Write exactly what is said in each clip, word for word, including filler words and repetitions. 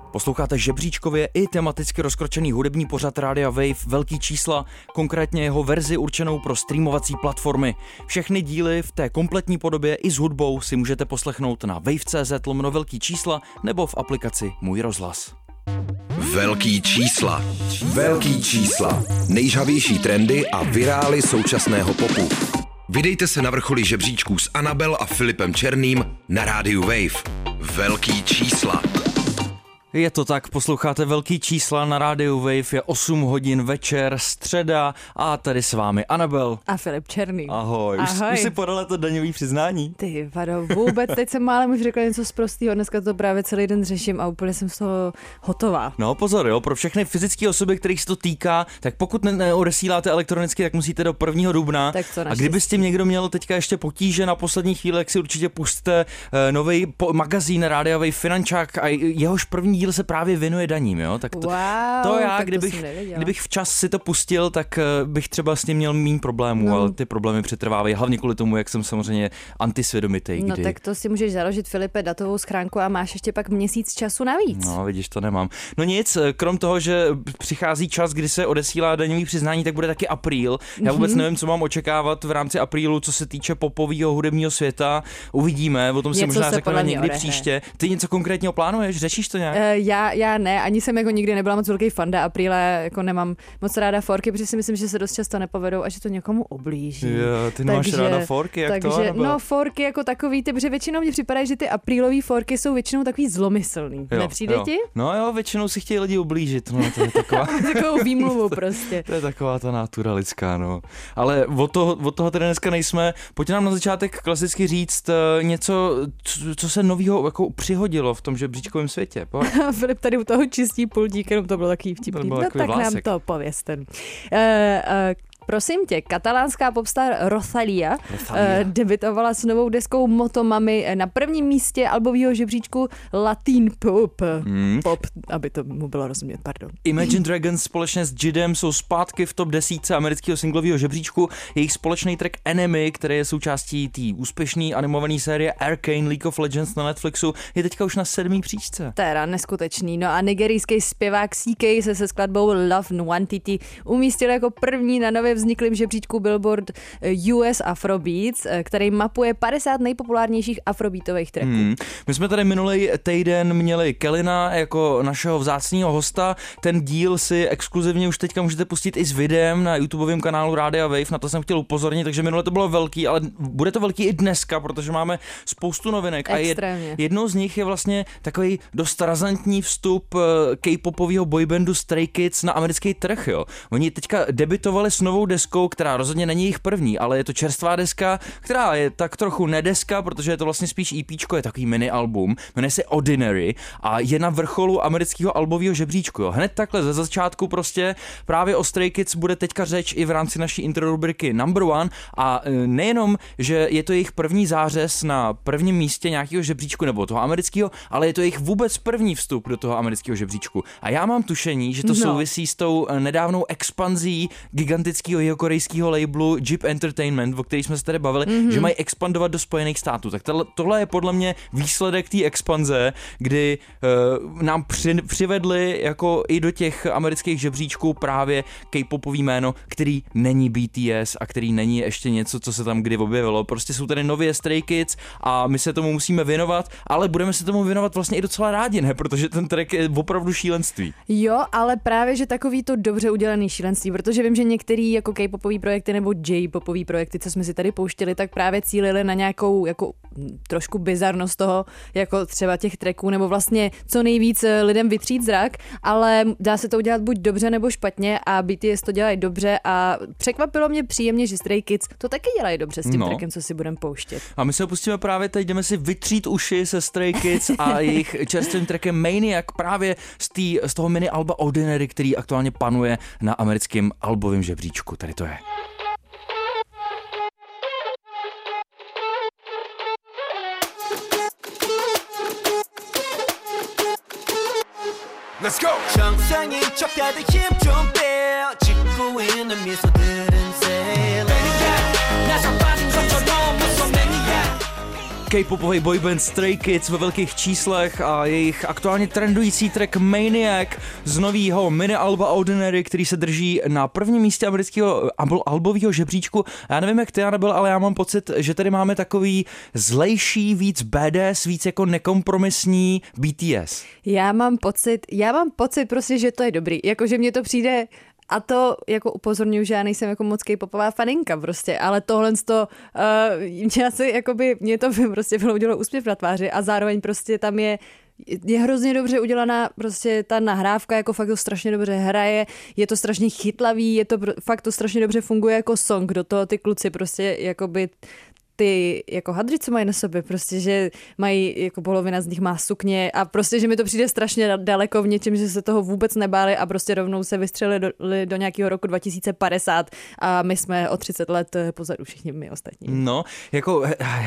Posloucháte žebříčkově i tematicky rozkročený hudební pořad Rádia Wave Velký čísla, konkrétně jeho verzi určenou pro streamovací platformy. Všechny díly v té kompletní podobě i s hudbou si můžete poslechnout na wave tečka cz lomeno velký čísla nebo v aplikaci Můj rozhlas. Velký čísla. Velký čísla. Nejžhavější trendy a virály současného popu. Vydejte se na vrcholy žebříčků s Anabel a Filipem Černým na rádiu Wave. Velký čísla. Je to tak, posloucháte Velký čísla na rádiu Wave, je osm hodin večer, středa a tady s vámi Anabel. A Filip Černý. Ahoj, už, Ahoj. už si podala to daňový přiznání? Ty vado, vůbec, teď jsem málem už řekla něco z prostýho, dneska to právě celý den řeším a úplně jsem z toho hotová. No pozor, jo, pro všechny fyzické osoby, kterých se to týká, tak pokud ne- neodesíláte elektronicky, tak musíte do prvního dubna. Tak co a kdyby s tím někdo měl teďka ještě potíže na poslední chvíli, tak si určitě pusťte uh, nový po- magazín Rádia Wave Finančák a jehož první díl se právě věnuje daním, jo? Tak to, wow, to já, tak kdybych, to kdybych včas si to pustil, tak uh, bych třeba s tím měl méně problémů, no. Ale ty problémy přetrvávají, hlavně kvůli tomu, jak jsem samozřejmě antisvědomitej. No kdy... tak to si můžeš založit, Filipe, datovou schránku a máš ještě pak měsíc času navíc. No, vidíš, to nemám. No nic, krom toho, že přichází čas, kdy se odesílá daňový přiznání, tak bude taky apríl. Já vůbec nevím, co mám očekávat v rámci aprílu, co se týče popového hudebního světa. Uvidíme, o tom si něco možná řekneme někdy odehne. příště. Ty něco konkrétního plánuješ? Řešíš to nějak? Uh, já, já ne, ani jsem jako nikdy nebyla moc velký fanda apríle, jako nemám moc ráda forky, protože si myslím, že se dost často nepovedou a že to někomu oblíží. Jo, ty nemáš takže, ráda forky, jak takže, to? Nebo... No forky jako takový, ty, protože většinou mě připadají, že ty aprílové forky jsou většinou takový zlomyslný. Jo, Nepřijde jo. ti? No jo, většinou si chtějí lidi ublížit, no to je taková... Takovou výmluvu prostě. To je taková ta natura lidská, no. Ale od toho, od toho tady dneska nejsme. Pojď nám na začátek klasicky říct uh, něco, co, co se novýho jako přihodilo v tom žebříčkovém světě. Pojď. Filip tady u toho čistí pultík, jenom to bylo takový vtipný. No tak vlásek. nám to povězte. Uh, uh, Prosím tě, katalánská popstar Rosalía, Rosalía. Uh, debitovala s novou deskou Motomami na prvním místě albového žebříčku Latin Pop. Hmm. Pop, aby to mu bylo rozumět, pardon. Imagine Dragons společně s Jidem jsou zpátky v top desítce amerického singlového žebříčku. Jejich společný track Enemy, který je součástí té úspěšné animované série Arcane League of Legends na Netflixu, je teďka už na sedmý příčce. Teda neskutečný. No a nigerijský zpěvák C K se se skladbou Love Nwantiti umístil jako první na nově vzniklým žebříčku Billboard U S Afrobeats, který mapuje padesát nejpopulárnějších afrobeatových tracků. Hmm. My jsme tady minulý týden měli Kelina jako našeho vzácného hosta. Ten díl si exkluzivně už teďka můžete pustit i s videem na YouTubeovém kanálu Rádia Wave. Na to jsem chtěl upozornit, takže minule to bylo velký, ale bude to velký i dneska, protože máme spoustu novinek. Extrémně. A jed, jednou z nich je vlastně takový dost razantní vstup K-popového boybandu Stray Kids na americký trh. Jo. Oni teďka debitovali s novou deskou, která rozhodně není jejich první, ale je to čerstvá deska, která je tak trochu nedeska, protože je to vlastně spíš EPčko, je takový mini album, jmenuje se Ordinary a je na vrcholu amerického albového žebříčku. Jo. Hned takhle ze začátku prostě právě o Stray Kids bude teďka řeč i v rámci naší intro rubriky Number One a nejenom, že je to jejich první zářez na prvním místě nějakého žebříčku nebo toho amerického, ale je to jejich vůbec první vstup do toho amerického žebříčku. A já mám tušení, že to no. souvisí s tou nedávnou expanzí gigantického jihokorejského labelu Jeep Entertainment, o který jsme se tady bavili, mm-hmm. že mají expandovat do Spojených států. Tak tohle, tohle je podle mě výsledek té expanze, kdy uh, nám při, přivedli jako i do těch amerických žebříčků právě K-popový jméno, který není B T S a který není ještě něco, co se tam kdy objevilo. Prostě jsou tady nově Stray Kids a my se tomu musíme věnovat, ale budeme se tomu věnovat vlastně i docela rádi, ne? Protože ten track je opravdu šílenství. Jo, ale právě, že takový to dobře udělaný šílenství, protože vím, že některý jako K-popový projekty nebo J-popový projekty, co jsme si tady pouštěli, tak právě cílili na nějakou jako trošku bizarnost toho, jako třeba těch tracků, nebo vlastně co nejvíc lidem vytřít zrak, ale dá se to udělat buď dobře nebo špatně a B T S to dělají dobře a překvapilo mě příjemně, že Stray Kids to taky dělají dobře s tím no. trackem, co si budeme pouštět. A my se opustíme právě teď, jdeme si vytřít uši se Stray Kids a jejich čerstvým trackem Maniac právě z, tý, z toho mini alba Ordinary, který aktuálně panuje na americkém albovém žebříčku. Tady to je. Let's go! 정상인 척 다들 힘 좀 빼요 짓고 있는 미소들은 say 나서 빠진 것처럼 무슨 매니아 K-popový boyband Stray Kids ve velkých číslech a jejich aktuálně trendující track Maniac z novýho mini alba Ordinary, který se drží na prvním místě amerického albového žebříčku. Já nevím, jak ty, Anabel, ale já mám pocit, že tady máme takový zlejší, víc badass, víc jako nekompromisní B T S. Já mám pocit, já mám pocit prostě, že to je dobrý. Jakože mně to přijde. A to jako upozorňuji, že já nejsem jako moc K-popová faninka prostě, ale tohle to, uh, mě asi jakoby, mě to by prostě vyloudilo úsměv na tváři a zároveň prostě tam je je hrozně dobře udělaná prostě ta nahrávka, jako fakt to strašně dobře hraje, je to strašně chytlavý, je to fakt to strašně dobře funguje jako song, do toho ty kluci prostě jakoby ty jako hadry, co mají na sobě, prostě, že mají, jako polovina z nich má sukně a prostě, že mi to přijde strašně daleko v něčem, že se toho vůbec nebáli a prostě rovnou se vystřelili do, do nějakého roku dva tisíce padesát a my jsme o třicet let pozadu všichni my ostatní. No, jako...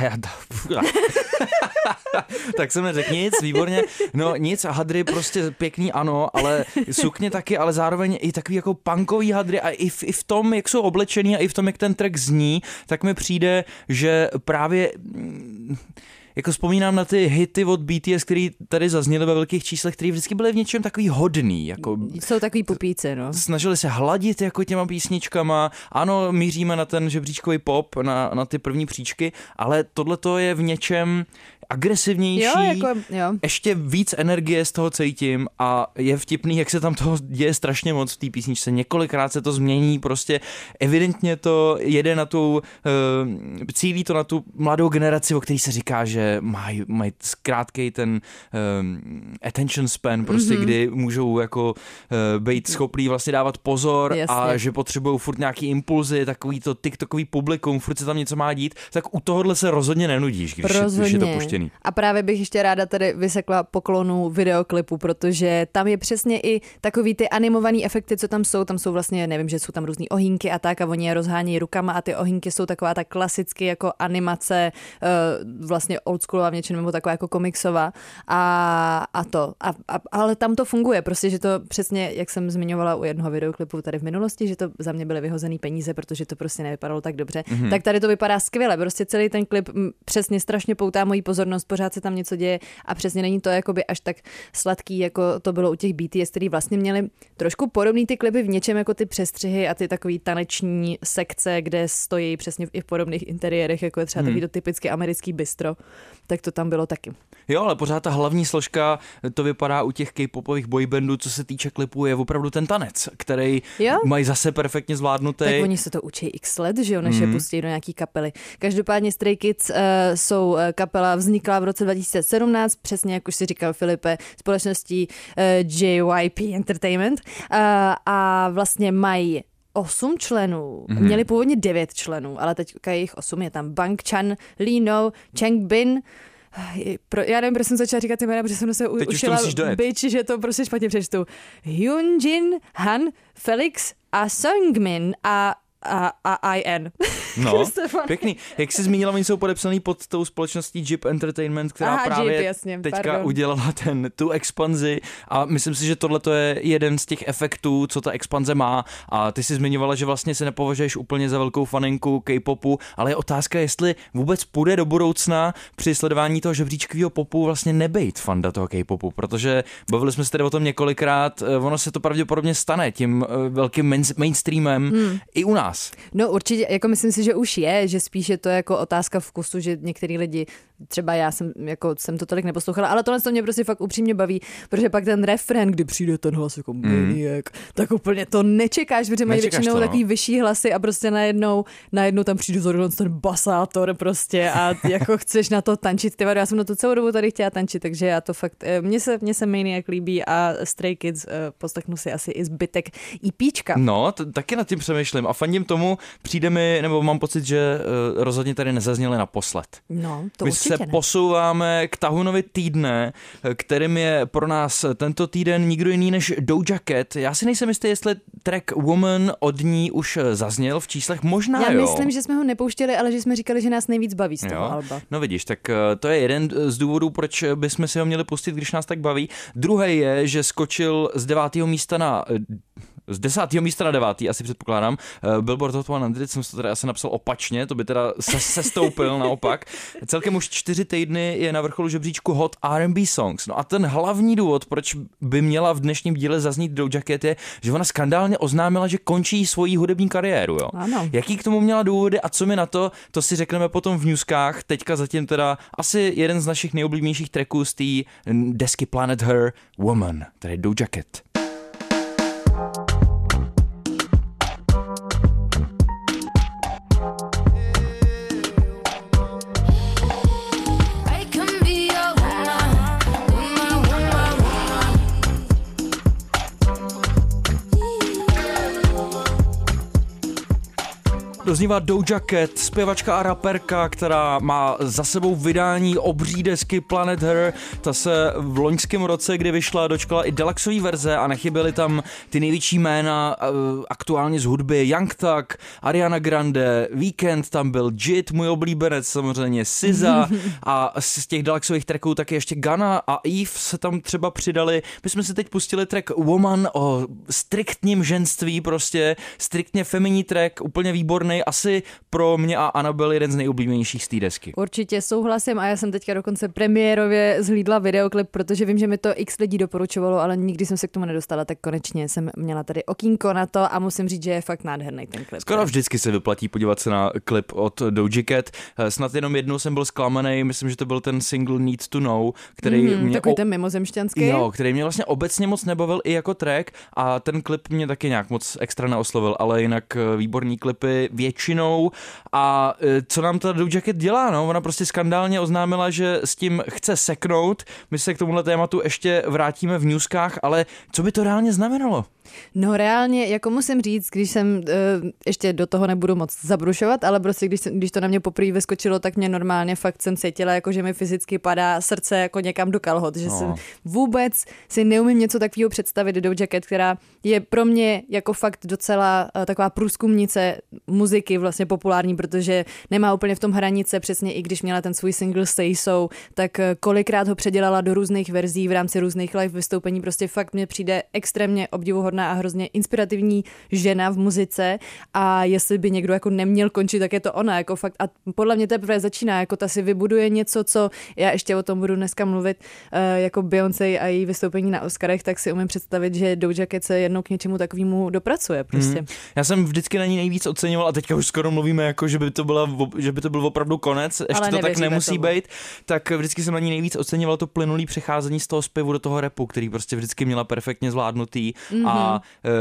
Tak jsem neřekl nic, výborně. No nic, hadry prostě pěkný, ano, ale sukně taky, ale zároveň i takový jako punkový hadry a i v, i v tom, jak jsou oblečený a i v tom, jak ten track zní, tak mi přijde, že právě jako vzpomínám na ty hity od B T S, který tady zazněly ve velkých číslech, které vždycky byly v něčem takový hodný. Jako jsou takový pupíci, no. Snažili se hladit jako těma písničkama. Ano, míříme na ten žebříčkový pop, na, na ty první příčky, ale tohleto je v něčem agresivnější, jo, jako, jo. Ještě víc energie z toho cítím a je vtipný, jak se tam toho děje strašně moc v té písničce. Několikrát se to změní, prostě evidentně to jede na tu, uh, cílí to na tu mladou generaci, o který se říká, že mají maj zkrátkej ten um, attention span, prostě mm-hmm. kdy můžou jako uh, být schopný vlastně dávat pozor. Jasně. A že potřebují furt nějaký impulzy, takový to tiktokový publikum, furt se tam něco má dít, tak u tohohle se rozhodně nenudíš, když, je, když je to puštěný. A právě bych ještě ráda tady vysekla poklonu videoklipu, protože tam je přesně i takový ty animovaný efekty, co tam jsou. Tam jsou vlastně, nevím, že jsou tam různý ohýnky a tak a oni je rozhání rukama a ty ohýnky jsou taková ta klasicky jako animace, vlastně oldschoolová v něčem, nebo taková jako komiksová a, a to. A, a, ale tam to funguje, prostě, že to přesně, jak jsem zmiňovala u jednoho videoklipu tady v minulosti, že to za mě byly vyhozený peníze, protože to prostě nevypadalo tak dobře. Mm-hmm. Tak tady to vypadá skvěle, prostě celý ten klip přesně strašně poutá moji pozornost, pořád se tam něco děje a přesně není to jakoby až tak sladký, jako to bylo u těch B T S, který vlastně měli trošku podobný ty klipy v něčem jako ty přestřihy a ty takový taneční sekce, kde stojí přesně i v podobných interiérech, jako je třeba hmm. takový to typicky americký bistro, tak to tam bylo taky. Jo, ale pořád ta hlavní složka, to vypadá u těch K-popových boybandů, co se týče klipů, je opravdu ten tanec, který jo? mají zase perfektně zvládnutý. Tak oni se to učí x let, že jo, než mm. je pustí do nějaký kapely. Každopádně Stray Kids uh, jsou uh, kapela vznikla v roce dva tisíce sedmnáct, přesně jak už si říkal Filipe, společností uh, J Y P Entertainment uh, a vlastně mají osm členů. Mm-hmm. Měli původně devět členů, ale teďka jich osm. Je tam Bang Chan, Lee No, Chang Bin, Pro, já nevím, proč jsem začala říkat ty jména, protože jsem se u, ušila bitch, že to prostě špatně přečtu. Hyun Jin, Han, Felix a Seungmin a a, a I N. No, pěkný. Jak jsi zmínila, oni jsou podepsaný pod tou společností J I P Entertainment, která Aha, právě J I P, jasně, teďka pardon. udělala ten, tu expanzi a myslím si, že tohle je jeden z těch efektů, co ta expanze má a ty jsi zmiňovala, že vlastně se nepovažuješ úplně za velkou faninku K-popu, ale je otázka, jestli vůbec půjde do budoucna při sledování toho žebříčkového popu vlastně nebejt fanda toho K-popu, protože bavili jsme se tady o tom několikrát, ono se to pravděpodobně stane tím velkým main, mainstreamem hmm. i u nás. No určitě, jako myslím si, že už je, že spíš je to jako otázka vkusu, že některý lidi, třeba já jsem, jako, jsem to tolik neposlouchala, ale tohle to mě prostě fakt upřímně baví, protože pak ten refrén, kdy přijde ten hlas jako maniak, mm. tak úplně to nečekáš, protože mají většinou to, no. takový vyšší hlasy a prostě najednou, najednou tam přijde zrovna ten basátor prostě a jako chceš na to tančit. Ty, já jsem na to celou dobu tady chtěla tančit, takže já to fakt, mně se, mně se Maniac líbí a Stray Kids poslechnu si asi i zbytek EPčka. No, t- taky nad tím přemýšlím a fandím tomu, přijde mi, nebo mám pocit, že uh, rozhodně tady nezazněli naposled. No, to My určitě se ne. posouváme k tahunovi týdne, kterým je pro nás tento týden nikdo jiný než Doja Cat. Já si nejsem jistý, jestli track Woman od ní už zazněl v číslech, možná Já jo. myslím, že jsme ho nepouštěli, ale že jsme říkali, že nás nejvíc baví z toho jo. alba. No vidíš, tak uh, to je jeden z důvodů, proč bychom si ho měli pustit, když nás tak baví. Druhý je, že skočil z devátého místa na z desátého místa na devátý, asi předpokládám. Billboard Hot sto, jsem to teda asi napsal opačně, to by teda se, sestoupil naopak. Celkem už čtyři týdny je na vrcholu žebříčku Hot R and B Songs. No a ten hlavní důvod, proč by měla v dnešním díle zaznít Doja Cat, je, že ona skandálně oznámila, že končí svoji hudební kariéru. Jo. Ano. Jaký k tomu měla důvody a co mi na to, to si řekneme potom v newskách. Teďka zatím teda asi jeden z našich nejoblíbenějších tracků z té desky Planet Her, Woman, tedy Doja Cat. Doznívá Doja Cat, zpěvačka a raperka, která má za sebou vydání obří desky Planet Her. Ta se v loňském roce, kdy vyšla, dočkala i deluxový verze a nechyběly tam ty největší jména aktuálně z hudby. Young Thug, Ariana Grande, Weekend tam byl, Jit, můj oblíbenec samozřejmě, S Z A a z těch deluxových tracků taky ještě Gunna a Eve se tam třeba přidali. My jsme si teď pustili track Woman o striktním ženství, prostě striktně feminní track, úplně výborný. Asi pro mě a Annabelle jeden z nejoblíbenějších z té desky. Určitě souhlasím a já jsem teďka dokonce premiérově zhlídla videoklip, protože vím, že mi to x lidí doporučovalo, ale nikdy jsem se k tomu nedostala, tak konečně jsem měla tady okýnko na to a musím říct, že je fakt nádherný ten klip. Skoro vždycky se vyplatí podívat se na klip od Doja Cat. Snad jenom jednou jsem byl zklamaný, myslím, že to byl ten single Need to Know, který mm, mě takový o... ten mimozemšťanský. Jo, který mě vlastně obecně moc nebavil i jako track a ten klip mě taky nějak moc extra neoslovil, ale jinak výborný klipy většinou. A co nám ta Doja Cat dělá, no? Ona prostě skandálně oznámila, že s tím chce seknout. My se k tomuhle tématu ještě vrátíme v newskách, ale co by to reálně znamenalo? No reálně, jako musím říct, když jsem, uh, ještě do toho nebudu moc zabrušovat, ale prostě když, když to na mě poprvé vyskočilo, tak mě normálně fakt jsem cítila, jako že mi fyzicky padá srdce jako někam do kalhot, že no. jsem vůbec si neumím něco takového představit. Doja Cat, která je pro mě jako fakt docela uh, taková průzkumnice muziky vlastně populární, protože nemá úplně v tom hranice, přesně i když měla ten svůj single Say So, tak uh, kolikrát ho předělala do různých verzí v rámci různých live vystoupení, prostě fakt mně přijde extrémně obdivuhodná a hrozně inspirativní žena v muzice a jestli by někdo jako neměl končit, tak je to ona, jako fakt a podle mě teprve začíná, jako ta si vybuduje něco, co já ještě o tom budu dneska mluvit, jako Beyoncé a její vystoupení na Oscarech, tak si umím představit, že Doja Cat se jednou k něčemu takovému dopracuje prostě. Hmm. Já jsem vždycky na ní nejvíc oceňoval a teďka už skoro mluvíme jako, že by to byla, že by to byl opravdu konec, ještě ale to tak nemusí tomu. být, tak vždycky jsem na ní nejvíc oceňoval to plynulý přecházení z toho zpěvu do toho rapu, který prostě vždycky měla perfektně zvládnutý mm-hmm. a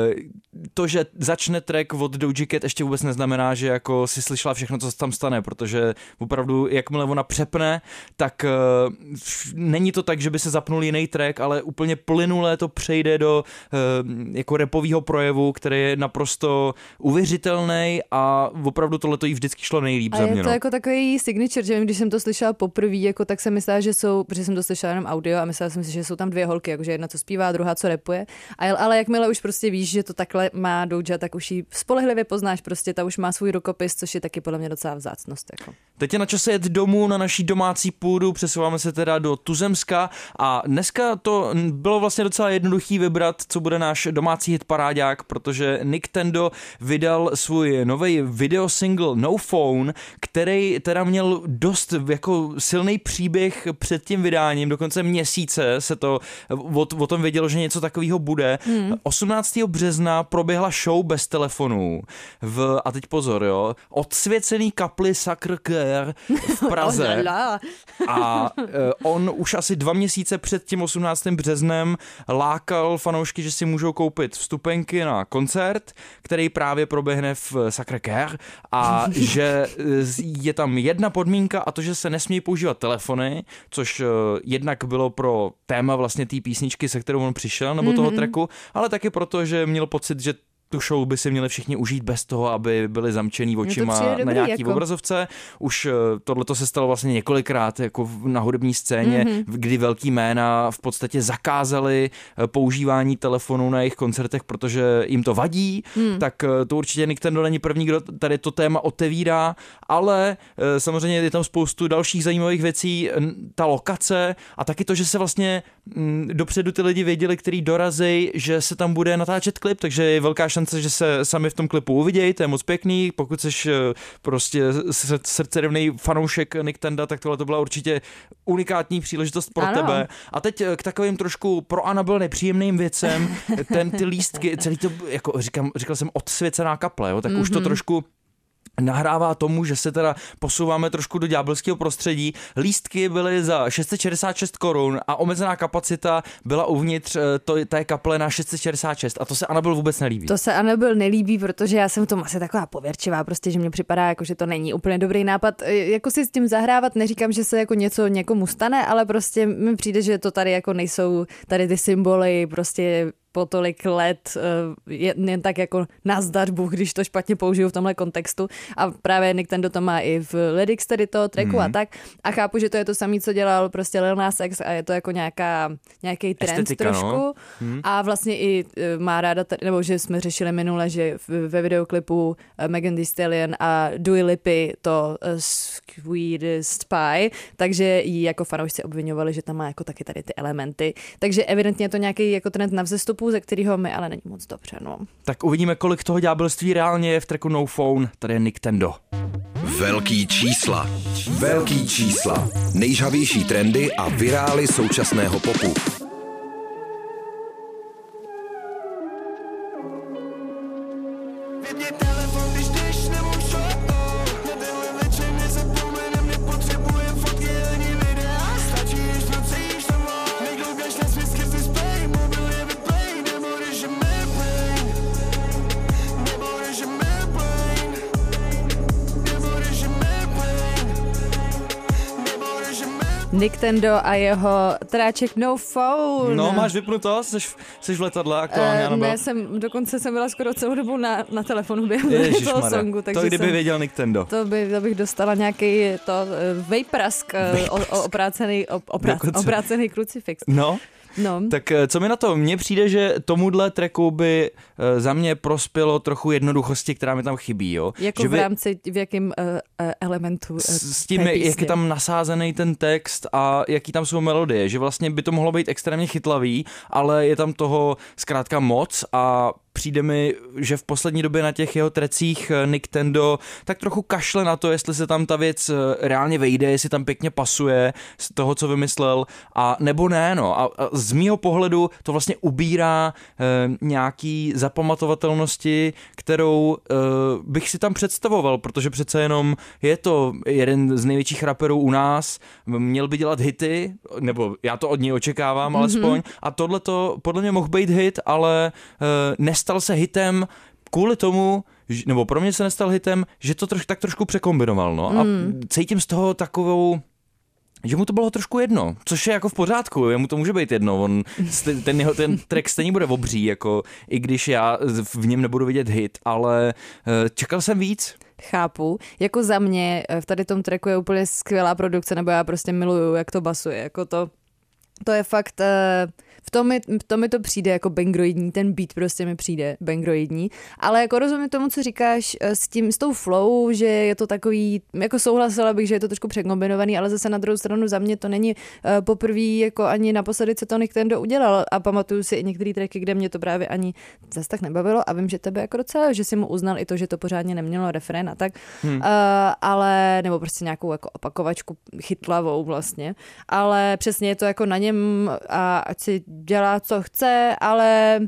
to, že začne track od Doja Cat, ještě vůbec neznamená, že jako si slyšela všechno, co se tam stane, protože opravdu, jakmile ona přepne, tak uh, není to tak, že by se zapnul jiný track, ale úplně plynule to přejde do uh, jako rapového projevu, který je naprosto uvěřitelný a opravdu tohleto jí vždycky šlo nejlíp a za mě. A je to no. jako takový signature, že když jsem to slyšela poprvé, jako tak jsem myslela, že jsou, protože jsem to slyšela jenom audio a myslela jsem si, že jsou tam dvě holky, jakože jedna, co zpívá, druhá, co rapuje, ale, ale jakmile už prostě víš, že to takhle má Doja, tak už ji spolehlivě poznáš, prostě ta už má svůj rukopis, což je taky podle mě docela vzácnost. Jako. Teď je na čase jet domů na naší domácí půdu, přesouváme se teda do Tuzemska a dneska to bylo vlastně docela jednoduchý vybrat, co bude náš domácí hitparáďák, protože Nicktendo vydal svůj nový videosingle No Phone, který teda měl dost jako silný příběh před tím vydáním, dokonce měsíce se to o, o tom vědělo, že něco takového bude. Hmm. osmnáctého března proběhla show bez telefonů v, a teď pozor, jo, odsvěcený kapli Sacré-Cœur v Praze. A on už asi dva měsíce před tím osmnáctým březnem lákal fanoušky, že si můžou koupit vstupenky na koncert, který právě proběhne v Sacré-Cœur a že je tam jedna podmínka a to, že se nesmějí používat telefony, což jednak bylo pro téma vlastně té písničky, se kterou on přišel, nebo toho tracku, ale taky proto, že měl pocit, že tu show by si měli všichni užít bez toho, aby byli zamčený očima na dobrý, nějaký jako. obrazovce. Už tohleto se stalo vlastně několikrát jako na hudební scéně, mm-hmm. kdy velký jména v podstatě zakázali používání telefonů na jejich koncertech, protože jim to vadí, mm. tak to určitě Nicktendo není první, kdo tady to téma otevírá, ale samozřejmě je tam spoustu dalších zajímavých věcí, ta lokace a taky to, že se vlastně m, dopředu ty lidi věděli, který dorazí, že se tam bude natáčet klip, takže je velká šance, že se sami v tom klipu uvidějí, to je moc pěkný, pokud jsi prostě srdcerivný fanoušek Nintendo, tak tohle to byla určitě unikátní příležitost pro ano. tebe. A teď k takovým trošku pro Annabelle nepříjemným věcem, ten ty lístky, celý to, jako říkám, říkal jsem odsvěcená kaple, jo, tak mm-hmm. už to trošku nahrává tomu, že se teda posouváme trošku do ďábelského prostředí. Lístky byly za šest set šedesát šest korun a omezená kapacita byla uvnitř to, té kaple na šest set šedesát šest a to se Annabelle vůbec nelíbí. To se Annabelle nelíbí, protože já jsem v tom asi taková pověrčivá, prostě, že mně připadá, jako, že to není úplně dobrý nápad. Jako si s tím zahrávat, neříkám, že se jako něco někomu stane, ale prostě mi přijde, že to tady jako nejsou tady ty symboly, prostě po tolik let jen tak jako nazdar Bůh, když to špatně použiju v tomhle kontextu. A právě Nintendo to má i v lyrics tedy toho tracku mm. a tak. A chápu, že to je to samé, co dělal prostě Lil Nas X a je to jako nějaká, nějaký trend estetika, trošku. No. Hmm. A vlastně i má ráda, nebo že jsme řešili minule, že ve videoklipu Megan Thee Stallion a Dua Lipy to Sweetest Pie, takže jí jako fanoušci obviňovali, že tam má jako taky tady ty elementy. Takže evidentně je to nějaký jako trend na vzestupu, ze kterého mi ale není moc dobře, no. Tak uvidíme, kolik toho ďábelství reálně je v tracku No Phone, tady je Nintendo. Velký čísla. Velký čísla. Nejžhavější trendy a virály současného popu. Nintendo a jeho tráček No Phone. No, máš vypnuto? Jsi, jsi v letadle aktuálně? Uh, ne, jsem, dokonce jsem byla skoro celou dobu na, na telefonu během toho songu. To kdyby jsem, věděl Nintendo. To, by, to bych dostala nějaký to uh, vejprask, uh, o, o, oprácený, o, oprác, oprácený krucifix. No. No. Tak co mi na to? Mně přijde, že tomuhle tracku by za mě prospělo trochu jednoduchosti, která mi tam chybí. Jo? Jako že v by, rámci, v jakém uh, uh, elementu uh, s tím, jak je tam nasázený ten text a jaký tam jsou melodie, že vlastně by to mohlo být extrémně chytlavý, ale je tam toho zkrátka moc a přijde mi, že v poslední době na těch jeho trecích Nintendo tak trochu kašle na to, jestli se tam ta věc reálně vejde, jestli tam pěkně pasuje z toho, co vymyslel, a nebo ne, no. A, a z mýho pohledu to vlastně ubírá e, nějaký zapamatovatelnosti, kterou e, bych si tam představoval, protože přece jenom je to jeden z největších raperů u nás, měl by dělat hity, nebo já to od něj očekávám mm-hmm. alespoň, a tohle to podle mě mohl být hit, ale e, nestal se hitem kvůli tomu, nebo pro mě se nestal hitem, že to troš, tak trošku překombinoval, no. A mm. cítím z toho takovou, že mu to bylo trošku jedno, což je jako v pořádku, jemu to může být jedno, on, ten, jeho, ten track stejně bude obří, jako i když já v něm nebudu vidět hit, ale čekal jsem víc. Chápu. Jako za mě v tady tom tracku je úplně skvělá produkce, nebo já prostě miluju, jak to basuje, jako to, to je fakt... V tom, mi, v tom mi to přijde jako bangroidní, ten beat prostě mi přijde bangroidní, ale jako rozumím tomu, co říkáš s tím, s tou flow, že je to takový, jako souhlasila bych, že je to trošku překombinovaný, ale zase na druhou stranu za mě to není uh, poprvé jako ani naposledy, co to Nintendo udělal, a pamatuju si i některé tracky, kde mě to právě ani zase tak nebavilo, a vím, že tebe jako docela, že si mu uznal i to, že to pořádně nemělo refrén a tak, hmm. uh, ale, nebo prostě nějakou jako opakovačku chytlavou vlastně, ale přesně je to jako na něm, a ať si dělá, co chce, ale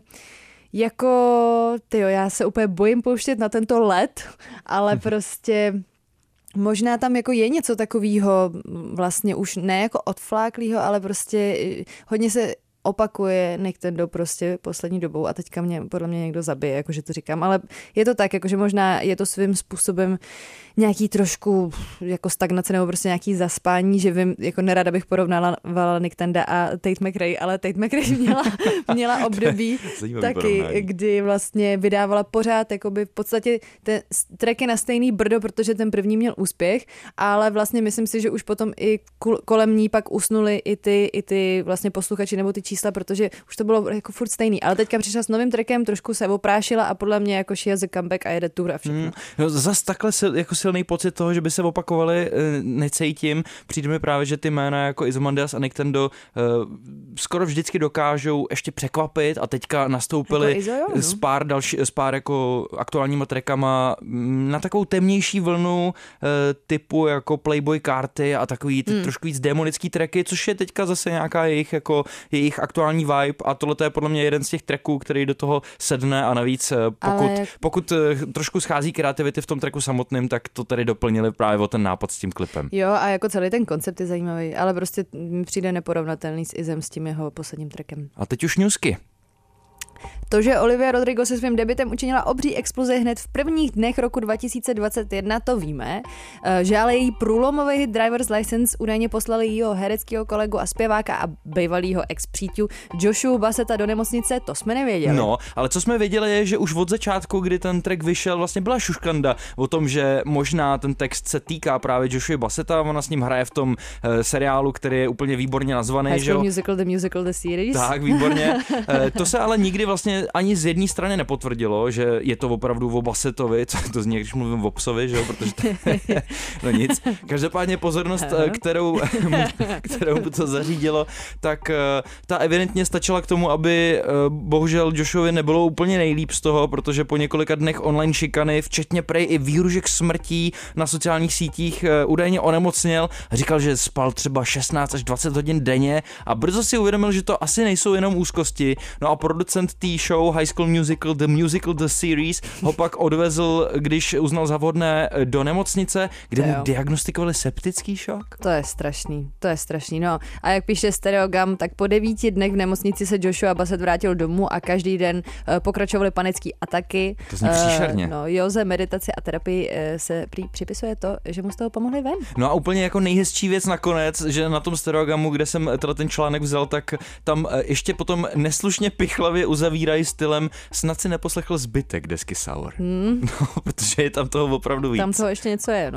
jako, tyjo, já se úplně bojím pouštět na tento led, ale prostě možná tam jako je něco takového, vlastně už ne jako odfláklýho, ale prostě hodně se opakuje Nintendo prostě poslední dobou, a teďka mě podle mě někdo zabije, jakože to říkám, ale je to tak, jakože možná je to svým způsobem nějaký trošku jako stagnace nebo prostě nějaký zaspání, že vím, jako nerada bych porovnala Nintendo a Tate McRae, ale Tate McRae měla, měla období taky, kdy vlastně vydávala pořád jakoby v podstatě ten tracky na stejný brdo, protože ten první měl úspěch, ale vlastně myslím si, že už potom i kolem ní pak usnuli i ty, i ty vlastně posluchači nebo ty čísla, protože už to bylo jako furt stejný. Ale teďka přišla s novým trackem, trošku se oprášila a podle mě jako she has a comeback a jede tour a všechno. Hmm. No, zas takhle sil, jako silný pocit toho, že by se opakovali, necítím. Přijde mi právě, že ty jména jako Izomandias a Nicktendo uh, skoro vždycky dokážou ještě překvapit a teďka nastoupili jako Izo, jo, no. s pár další, s pár jako aktuálníma trackama na takovou temnější vlnu uh, typu jako Playboy karty a takový ty hmm. trošku víc demonický tracky, což je teďka zase nějaká jejich jako jejich aktuální vibe a tohle je podle mě jeden z těch tracků, který do toho sedne a navíc pokud, Ale... pokud trošku schází kreativity v tom tracku samotným, tak to tady doplnili právě o ten nápad s tím klipem. Jo a jako celý ten koncept je zajímavý, ale prostě mi přijde neporovnatelný s Izem, s tím jeho posledním trackem. A teď už newsky. To, že Olivia Rodrigo se svým debutem učinila obří explozi hned v prvních dnech roku dva tisíce dvacet jedna, to víme, že ale její průlomový hit Driver's License údajně poslali jejího hereckého kolegu a zpěváka a bývalýho ex-přítel Joshua Bassetta do nemocnice, to jsme nevěděli. No, ale co jsme věděli je, že už od začátku, kdy ten track vyšel, vlastně byla šuškanda o tom, že možná ten text se týká právě Joshua Bassetta, ona s ním hraje v tom uh, seriálu, který je úplně výborně nazvaný. High School Musical, The Musical, The Series. Tak, výborně. uh, to se ale nikdy vlastně ani z jedné strany nepotvrdilo, že je to opravdu o Bassettovi, co to zní, když mluvím o psovi, že jo, protože to, no nic. Každopádně pozornost, kterou, kterou mu to zařídilo, tak ta evidentně stačila k tomu, aby bohužel Joshovi nebylo úplně nejlíp z toho, protože po několika dnech online šikany, včetně prej i výhružek smrtí na sociálních sítích, údajně onemocněl, říkal, že spal třeba šestnáct až dvacet hodin denně a brzo si uvědomil, že to asi nejsou jenom úzkosti. No a producent té show High School Musical, The Musical, The Series ho pak odvezl, když uznal za vhodné, do nemocnice, kde mu diagnostikovali septický šok. To je strašný, to je strašný, no. A jak píše Stereogam, tak po devíti dnech v nemocnici se Joshua Bassett vrátil domů a každý den uh, pokračovaly panické ataky. To zní příšerně. Uh, no, józe, meditaci a terapii uh, se prý připisuje to, že mu z toho pomohli ven. No a úplně jako nejhezčí věc nakonec, že na tom Stereogamu, kde jsem ten článek vzal, tak tam uh, ještě potom neslušně pichlavě uzavírají stylem snad si neposlechl zbytek desky Sour. Hmm. No, protože je tam toho opravdu víc. Tam toho ještě něco je, no.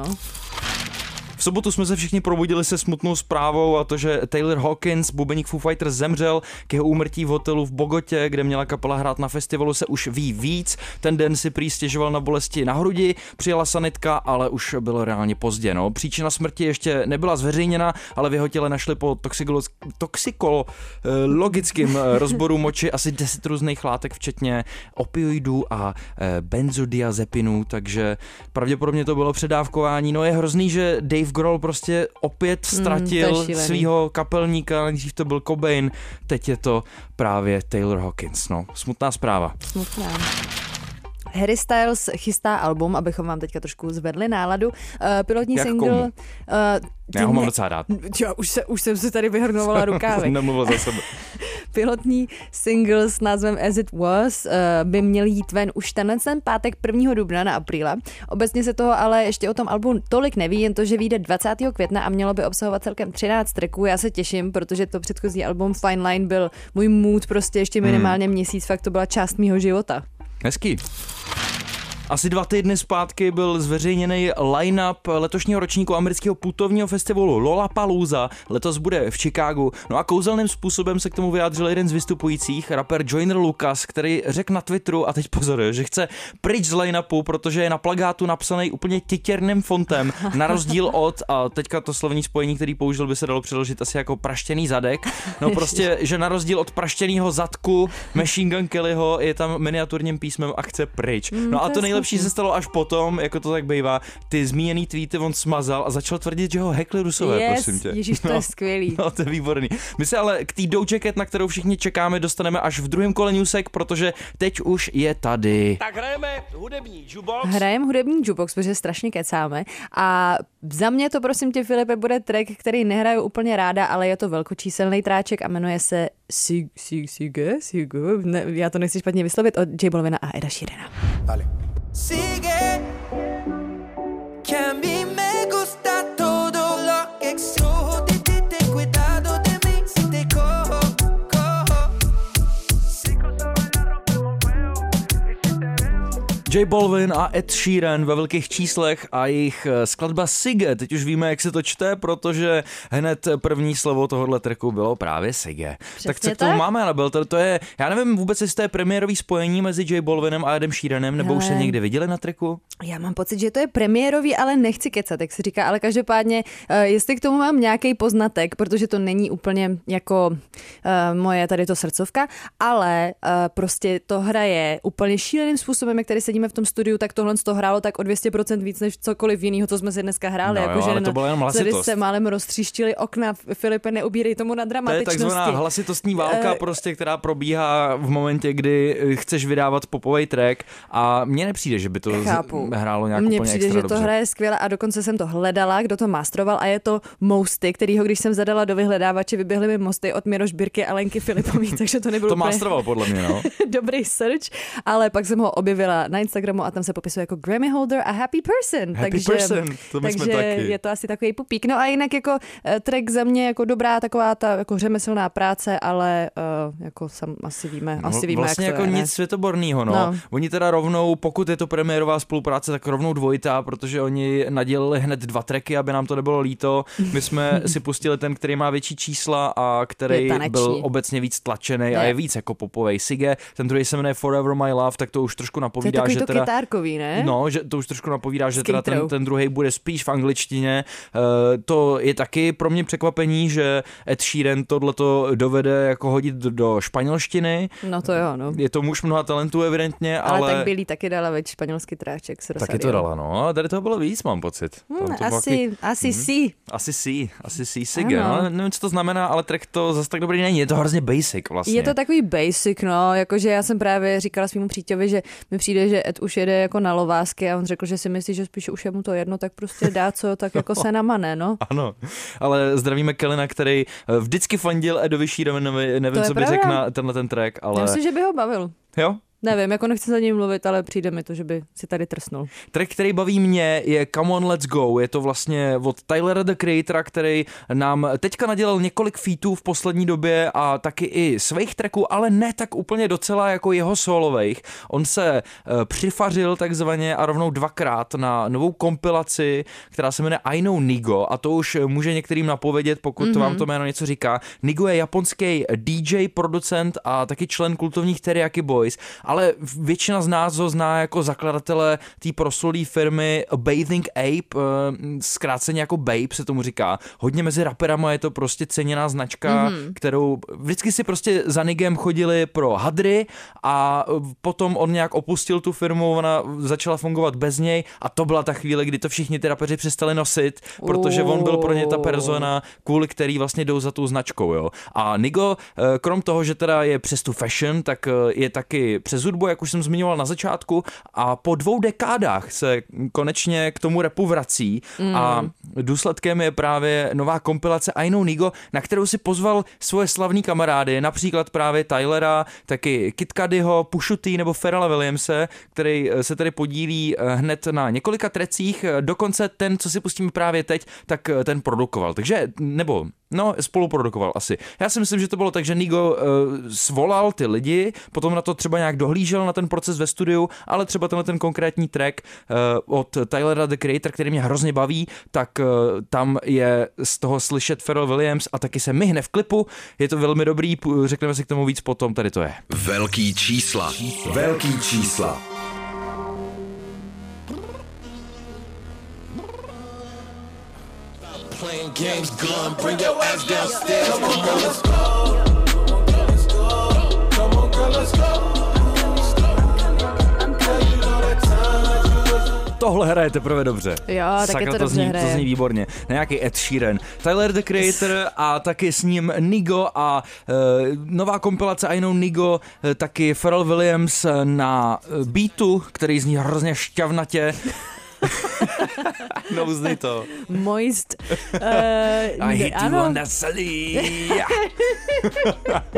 V sobotu jsme se všichni probudili se smutnou zprávou a to, že Taylor Hawkins, bubeník Foo Fighters, zemřel. K jeho úmrtí v hotelu v Bogotě, kde měla kapela hrát na festivalu, se už ví víc. Ten den si prý stěžoval na bolesti na hrudi, přijela sanitka, ale už bylo reálně pozdě. No. Příčina smrti ještě nebyla zveřejněna, ale v jeho těle našli po toxikologickém rozboru moči asi deset různých látek, včetně opioidů a benzodiazepinů, takže pravděpodobně to bylo předávkování. No je hrozný, že Dave Grohl prostě opět ztratil mm, svýho kapelníka, nejdřív to byl Cobain, teď je to právě Taylor Hawkins, no. Smutná zpráva. Smutná. Harry Styles chystá album, abychom vám teďka trošku zvedli náladu. Uh, pilotní Jak single... Uh, Já ho mám docela rád. Jo, už, se, už jsem si tady vyhrnovala rukávy. Nemluvil za sebe. Pilotní single s názvem As It Was uh, by měl jít ven už tenhle ten pátek prvního dubna na apríla. Obecně se toho ale ještě o tom albu tolik neví, jen to, že vyjde dvacátého května a mělo by obsahovat celkem třináct tracků. Já se těším, protože to předchozí album Fine Line byl můj mood prostě ještě minimálně hmm. měsíc, fakt to byla část mýho života. Hezký. Asi dva týdny zpátky byl zveřejněný line-up letošního ročníku amerického putovního festivalu Lollapalooza. Letos bude v Chicagu. No a kouzelným způsobem se k tomu vyjádřil jeden z vystupujících, rapper Joyner Lucas, který řekl na Twitteru, a teď pozor, že chce pryč z line-upu, protože je na plakátu napsaný úplně titěrným fontem, na rozdíl od, a teďka to slovní spojení, který použil, by se dalo přeložit asi jako praštěný zadek. No prostě, že na rozdíl od praštěného zadku Machine Gun Kellyho je tam miniaturním písmem a chce pryč. No a to nejlepší se stalo až potom, jako to tak bývá, ty zmíněný tweety on smazal a začal tvrdit, že ho hackli Rusové, yes, prosím tě. Ježiš, to no, je skvělý. No, to je výborný. My se ale k té Doja Cat, na kterou všichni čekáme, dostaneme až v druhém kole newsek, protože teď už je tady. Tak hrajeme hudební jukebox. Hrajeme hudební jukebox, protože strašně kecáme a za mě to, prosím tě, Filipe, bude track, který nehraju úplně ráda, ale je to velkočíselný tráček a jmenuje se Sig, Sig, Sige, Sige, ne, já to nechci špatně vyslovit, od J Balvina a Eda Sheerana. Vale. Sigue, que a mí me gusta todo lo que exujo. Ten cuidado de mí si te cojo, cojo. J Balvin a Ed Sheeran ve velkých číslech a jejich skladba Sige. Teď už víme, jak se to čte, protože hned první slovo tohohle tracku bylo právě Sige. Přesně tak co k tomu tak? máme, Anabel? To, to je, já nevím vůbec, jestli to je premiérový spojení mezi J Balvinem a Edem Sheeranem, nebo už se Hele. někdy viděli na tracku? Já mám pocit, že to je premiérový, ale nechci kecat, jak se říká, ale každopádně, uh, jestli k tomu mám nějaký poznatek, protože to není úplně jako uh, moje tady to srdcovka, ale uh, prostě to hraje úplně šíleným způsobem, jak tady sedíme v tom studiu, tak tohle to hrálo tak o dvě stě procent víc než cokoliv jiného, co jsme si dneska hráli. No jako, jo, že ale to byla jenom tady hlasitost. se málem roztříštili okna, Filipe, neubírej tomu na To je dramatičnosti. takzvaná hlasitostní válka, Eh, prostě, která probíhá v momentě, kdy chceš vydávat popový track a mně nepřijde, že by to z- Chápu. hrálo nějak Mně úplně přijde, extra že dobře. to hraje skvěle a dokonce jsem to hledala, kdo to mastroval a je to Mosty, kterýho, když jsem zadala do vyhledávače, vyběhly mi Mosty od Miroš Birky a Lenky Filipový, takže to nebylo To úplně mastroval podle mě, no. dobrý search, ale pak jsem ho objevila na Instagramu a tam se popisuje jako Grammy holder a happy person. Happy takže, person, to my jsme takže taky. je to asi takový pupík. No a jinak jako eh, track za mě jako dobrá taková ta jako řemeslná práce, ale uh, jako sam asi víme, asi víme, vlastně jak to jako je, nic světoborného, no. No. Oni teda rovnou, pokud je to premiérová spolupráce, tak rovnou dvojitá, protože oni nadělili hned dva tracky, aby nám to nebylo líto. My jsme si pustili ten, který má větší čísla a který Je taneční. byl obecně víc tlačený a Je. je víc jako popovej. Sige, ten druhý se jmenuje Forever My Love, tak to už trošku To je napovídá, takový že to teda... kytárkový, ne? No, že to už trošku napovídá, že teda ten, Skaterou. ten druhý bude spíš v angličtině. Uh, to je taky pro mě překvapení, že Ed Sheeran tohleto dovede jako hodit do, do španělštiny. No to jo, no. Je to muž mnoha talentů evidentně, Ale, ale... tak Billy taky dala veď španělský tráček s Rosadiou. Taky to dala, no. A tady toho bylo víc, mám pocit. To, Hmm, to bylo asi, taky- asi si. Asi sí, asi sí Sige, Ano. no. Nevím, co to znamená, ale track to zase tak dobrý není. Je to hrozně basic vlastně. Je to takový basic, no, jakože já jsem právě říkala svýmu přítěvi, že mi přijde, že Ed už jede jako na lovásky a on řekl, že si myslí, že spíš už je mu to jedno, tak prostě dá co, tak jako se namane, no. Ano, ale zdravíme Kelina, který eh, vždycky fandil Edovi Sheeranovi, nevím, To je co by pravda. řekl na tenhle ten track, ale... Já myslím, že by ho bavil. Jo? Nevím, jako nechci za ním mluvit, ale přijde mi to, že by si tady trsnul. Track, který baví mě, je Come On Let's Go. Je to vlastně od Tylera the Creatora, který nám teďka nadělal několik featů v poslední době a taky i svých tracků, ale ne tak úplně docela jako jeho solových. On se uh, přifařil takzvaně a rovnou dvakrát na novou kompilaci, která se jmenuje I Know Nigo a to už může některým napovědět, pokud mm-hmm. vám to jméno něco říká. Nigo je japonský D J, producent a taky člen kultovních Teriyaki Boys, ale většina z nás ho zná jako zakladatele té proslulé firmy Bathing Ape, zkráceně jako Babe se tomu říká. Hodně mezi raperama je to prostě ceněná značka, mm-hmm. kterou vždycky si prostě za Nigem chodili pro hadry a potom on nějak opustil tu firmu, ona začala fungovat bez něj a to byla ta chvíle, kdy to všichni ty rapeři přestali nosit, protože on byl pro ně ta persona, kvůli který vlastně jdou za tou značkou, jo. A Nigo, krom toho, že teda je přes tu fashion, tak je taky přes hudbu, jak už jsem zmiňoval na začátku, a po dvou dekádách se konečně k tomu rapu vrací mm. a důsledkem je právě nová kompilace I Know Nigo, na kterou si pozval svoje slavný kamarády, například právě Tylera, taky Kid Cudiho, Pushu T nebo Pharrella Williamse, který se tady podílí hned na několika trecích, dokonce ten, co si pustíme právě teď, tak ten produkoval, takže, nebo no, spoluprodukoval asi. Já si myslím, že to bylo tak, že Nigo uh, svolal ty lidi, potom na to třeba nějak dohlížel na ten proces ve studiu, ale třeba tenhle ten konkrétní track uh, od Tylera the Creator, který mě hrozně baví, tak uh, tam je z toho slyšet Pharrell Williams a taky se myhne v klipu. Je to velmi dobrý, řekneme si k tomu víc potom, tady to je. Velký čísla. Velký čísla. Playing games, gun, bring your ass downstairs. Come on, girl, let's go. Come on, girl, let's go. Tohle hraje teprve dobře. Jo, tak Sakra, je to to dobře zní, hraje. to zní výborně. Nějaký Ed Sheeran, Tyler the Creator a taky s ním Nigo a uh, nová kompilace I Know Nigo, uh, taky Pharrell Williams na uh, beatu, který zní hrozně šťavnatě. No, uznej to. Moist. Uh, I hit you ano. on that silly.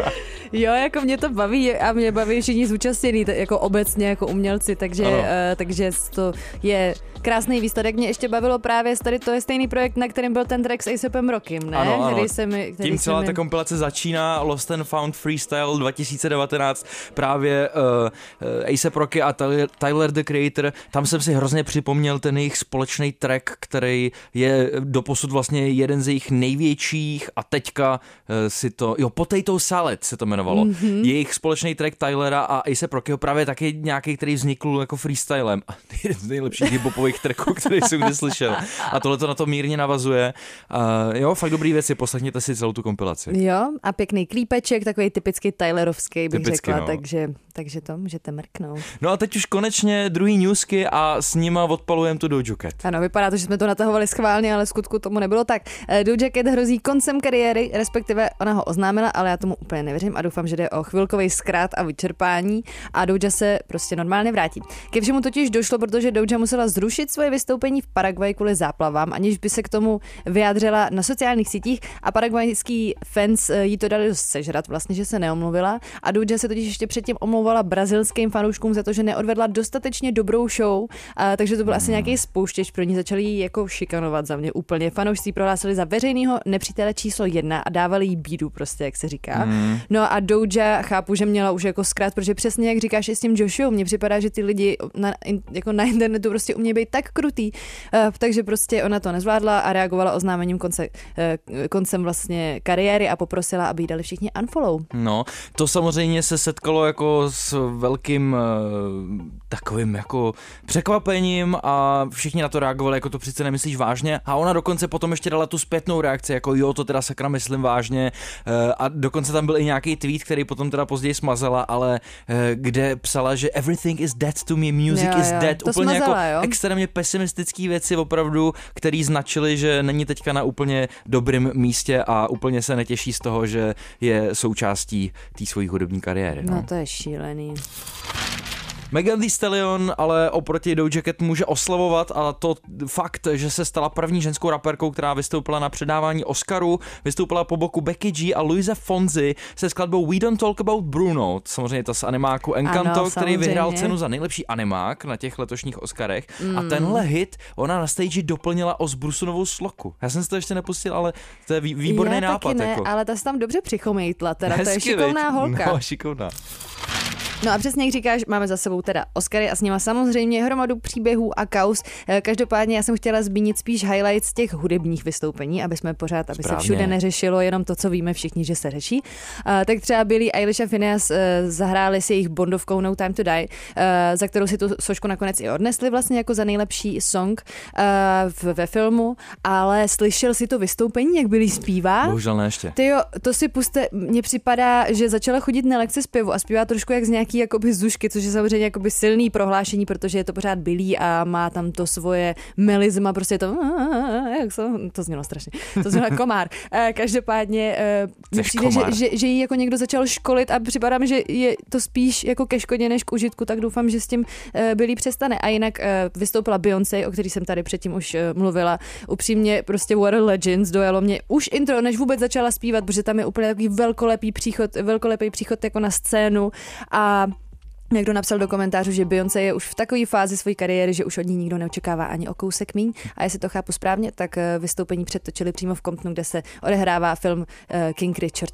Jo, jako mě to baví a mě baví všichni zúčastnění, jako obecně, jako umělci, takže, uh, takže to je krásný výsledek. Mě ještě bavilo právě, tady to je stejný projekt, na kterém byl ten track s ASAPem Rockem, ne? Ano, ano. Který se mi, který Tím celá mi... ta kompilace začíná, Lost and Found Freestyle dva tisíce devatenáct, právě uh, uh, A$ej ép Rocky a Tyler, Tyler, the Creator. Tam jsem si hrozně připomněl ten jejich společný track, který je doposud vlastně jeden z jejich největších a teďka uh, si to, jo, Potato Salad se to jmenovalo. Mm-hmm. Jejich společný track Tylera a A$ej ép Rockyho právě taky nějaký, který vznikl jako freestylem. Jeden z nejlepších hip-hopových tracků, který jsem kdy slyšel. A tohle to na to mírně navazuje. Uh, jo, fakt dobrý věci, poslechněte si celou tu kompilaci. Jo, a pěkný klípeček, takový typicky Tylerovský, bych Typicky, řekla, no. takže, takže to můžete mrknout. No a teď už konečně druhý newsky a s nima odpalujeme tu Doja Cat. Ano, vypadá to, že jsme to natahovali schválně, ale v skutku tomu nebylo tak. Doja Cat hrozí koncem kariéry, respektive ona ho oznámila, ale já tomu úplně nevěřím a doufám, že jde o chvilkový zkrát a vyčerpání a Doja se prostě normálně vrátí. Ke všemu totiž došlo, protože Doja musela zrušit svoje vystoupení v Paraguaji kvůli záplavám, aniž by se k tomu vyjádřila na sociálních sítích a paraguajský fans jí to dali dost sežrat, vlastně, že se neomluvila a Doja se totiž ještě předtím omlouvala brazilským fanouškům za to, že neodvedla dostatečně dobrou show, a, takže to byl asi nějaký spouštěč, pro ní začali jí jako šikanovat za mě úplně. Fanoušci prohlásili za veřejného nepřítele číslo jedna a dávali jí bídu prostě, jak se říká. Mm. No a Doja chápu, že měla už jako zkrát, protože přesně jak říkáš i s tím Joshou, mně připadá, že ty lidi na, jako na internetu prostě umějí být tak krutý, uh, takže prostě ona to nezvládla a reagovala oznámením konce, uh, koncem vlastně kariéry a poprosila, aby jí dali všichni unfollow. No, to samozřejmě se setkalo jako s velkým uh, takovým jako překvapením a všichni na to reagovali, jako to přece nemyslíš vážně a ona dokonce potom ještě dala tu zpětnou reakci, jako jo, to teda sakra myslím vážně uh, a dokonce tam byl i nějaký tweet, který potom teda později smazala, ale uh, kde psala, že everything is dead to me, music jo, is jo. dead, to úplně smazala, jako jo? extrémně pesimistický věci opravdu, který značili, že není teďka na úplně dobrém místě a úplně se netěší z toho, že je součástí té svojí hudební kariéry. No, no to je šílený. Megan Thee Stallion ale oproti Doja Cat může oslavovat a to fakt, že se stala první ženskou raperkou, která vystoupila na předávání Oscaru, vystoupila po boku Becky G a Luise Fonsi se skladbou We Don't Talk About Bruno, samozřejmě to z animáku Encanto, ano, který vyhrál cenu za nejlepší animák na těch letošních Oscarech mm. a tenhle hit ona na stage doplnila o Zbrusunovou sloku. Já jsem si to ještě nepustil, ale to je výborný Já nápad. Taky ne, jako. ale ta se tam dobře přichomejtla, teda Hezky, to je šikovná holka. No, šikovná. No a přesně jak říkáš, máme za sebou teda Oscary a s nima samozřejmě hromadu příběhů a kauz. Každopádně já jsem chtěla zmínit spíš highlights těch hudebních vystoupení, aby jsme pořád, aby Správně. se všude neřešilo jenom to, co víme všichni, že se řeší. Uh, tak třeba Billie Eilish a Phineas uh, zahráli si jejich bondovkou No Time to Die, uh, za kterou si tu sošku nakonec i odnesli vlastně jako za nejlepší song uh, v, ve filmu, ale slyšel si to vystoupení, jak Billie zpívá? Bohužel ne ještě. Tyjo, to si puste, mně připadá, že začala chodit na lekce zpěvu a zpívá trošku jak z nějaký jakoby zušky, což je samozřejmě jakoby silný prohlášení, protože je to pořád Billie a má tam to svoje melizma, prostě je to jak to, to znělo strašně, to znělo jako komár. Každopádně mi přijde, že, že, že jí jako někdo začal školit a připadá mi, že je to spíš jako ke škodě než k užitku, tak doufám, že s tím Billie přestane. A jinak vystoupila Beyoncé, o který jsem tady předtím už mluvila. Upřímně prostě What a Legends, dojalo mě už intro, než vůbec začala zpívat, protože tam je úplně takový velkolepý příchod, velkolepý příchod jako na scénu a někdo napsal do komentářů, že Beyoncé je už v takové fázi své kariéry, že už od ní nikdo neočekává ani o kousek míň. A jestli to chápu správně, tak vystoupení předtočili přímo v Comptonu, kde se odehrává film King Richard.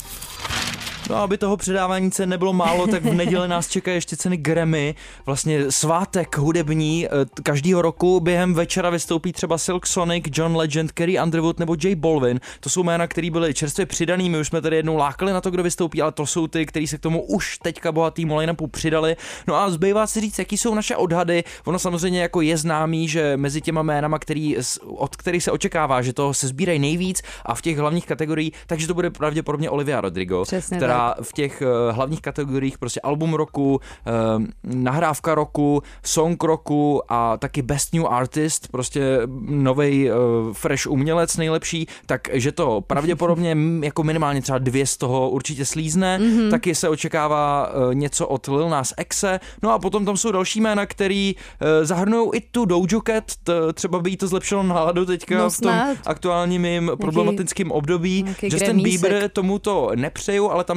No, aby toho předávání cen nebylo málo, tak v neděli nás čekají ještě ceny Grammy, vlastně svátek hudební každýho roku. Během večera vystoupí třeba Silk Sonic, John Legend, Carrie Underwood nebo J Balvin. To jsou jména, které byly čerstvě přidaný, my už jsme tady jednou lákali na to, kdo vystoupí, ale to jsou ty, kteří se k tomu už teďka bohatýmu line-upu přidali. No a zbývá si říct, jaký jsou naše odhady. Ono samozřejmě jako je známý, že mezi těma jménama, který, od kterých se očekává, že to se sbírají nejvíc a v těch hlavních kategoriích, takže to bude pravděpodobně Olivia Rodrigo, přesně která tak. v těch uh, hlavních kategoriích prostě album roku, uh, nahrávka roku, song roku a taky Best New Artist, prostě novej uh, fresh umělec nejlepší, takže to pravděpodobně jako minimálně třeba dvě z toho určitě slízne, mm-hmm. taky se očekává uh, něco od Lil Nas Xe, no a potom tam jsou další jména, který uh, zahrnují i tu Doja Cat, t- třeba by jí to zlepšilo náladu teďka no, v tom aktuálním mým problematickým období. Justin gremísek. Bieber tomu to nepřeju, ale tam